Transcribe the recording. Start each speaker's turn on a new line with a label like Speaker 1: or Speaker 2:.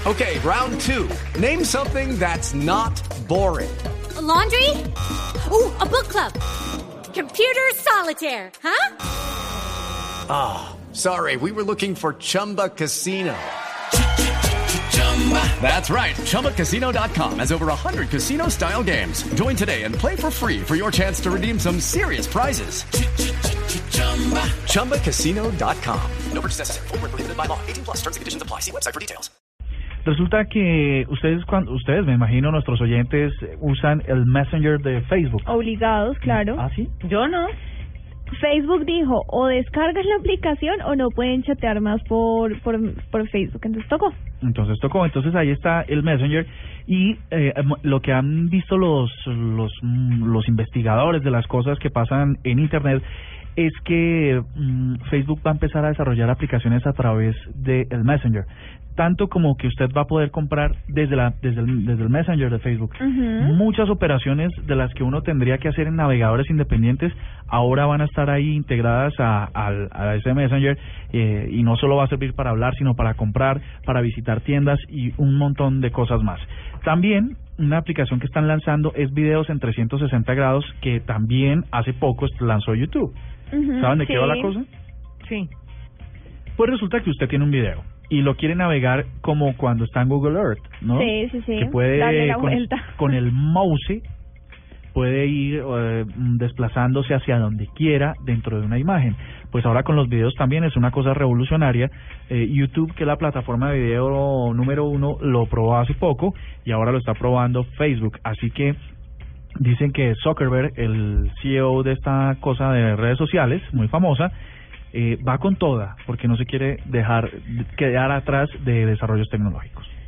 Speaker 1: Okay, round two. Name something that's not boring.
Speaker 2: A laundry? Ooh, a book club. Computer solitaire, huh?
Speaker 1: Ah, sorry, we were looking for Chumba Casino. That's right, ChumbaCasino.com has over 100 casino-style games. Join today and play for free for your chance to redeem some serious prizes. ChumbaCasino.com. No purchase necessary. Void where prohibited by law. 18+ terms and conditions apply. See website for details.
Speaker 3: Resulta que ustedes, me imagino, nuestros oyentes usan el Messenger de Facebook.
Speaker 4: Obligados, claro.
Speaker 3: ¿Ah, sí?
Speaker 4: Yo no. Facebook dijo, o descargas la aplicación o no pueden chatear más por Facebook. Entonces tocó. Entonces ahí está el Messenger y lo que han visto los investigadores de las cosas que pasan en Internet es que Facebook va a empezar a desarrollar aplicaciones a través del Messenger, tanto como que usted va a poder comprar desde el Messenger de Facebook. Uh-huh. Muchas operaciones de las que uno tendría que hacer en navegadores independientes ahora van a estar ahí integradas a ese Messenger, y no solo va a servir para hablar, sino para comprar, para visitar tiendas y un montón de cosas más. También una aplicación que están lanzando es videos en 360 grados, que también hace poco lanzó YouTube. Uh-huh. ¿Saben de qué va la cosa? Sí.
Speaker 3: Pues resulta que usted tiene un video y lo quiere navegar como cuando está en Google Earth, ¿no?
Speaker 4: Sí.
Speaker 3: Que puede
Speaker 4: darle la vuelta.
Speaker 3: Con el mouse puede ir desplazándose hacia donde quiera dentro de una imagen. Pues ahora con los videos también es una cosa revolucionaria. YouTube, que es la plataforma de video número 1, lo probó hace poco y ahora lo está probando Facebook. Así que dicen que Zuckerberg, el CEO de esta cosa de redes sociales, muy famosa, va con toda, porque no se quiere quedar atrás de desarrollos tecnológicos.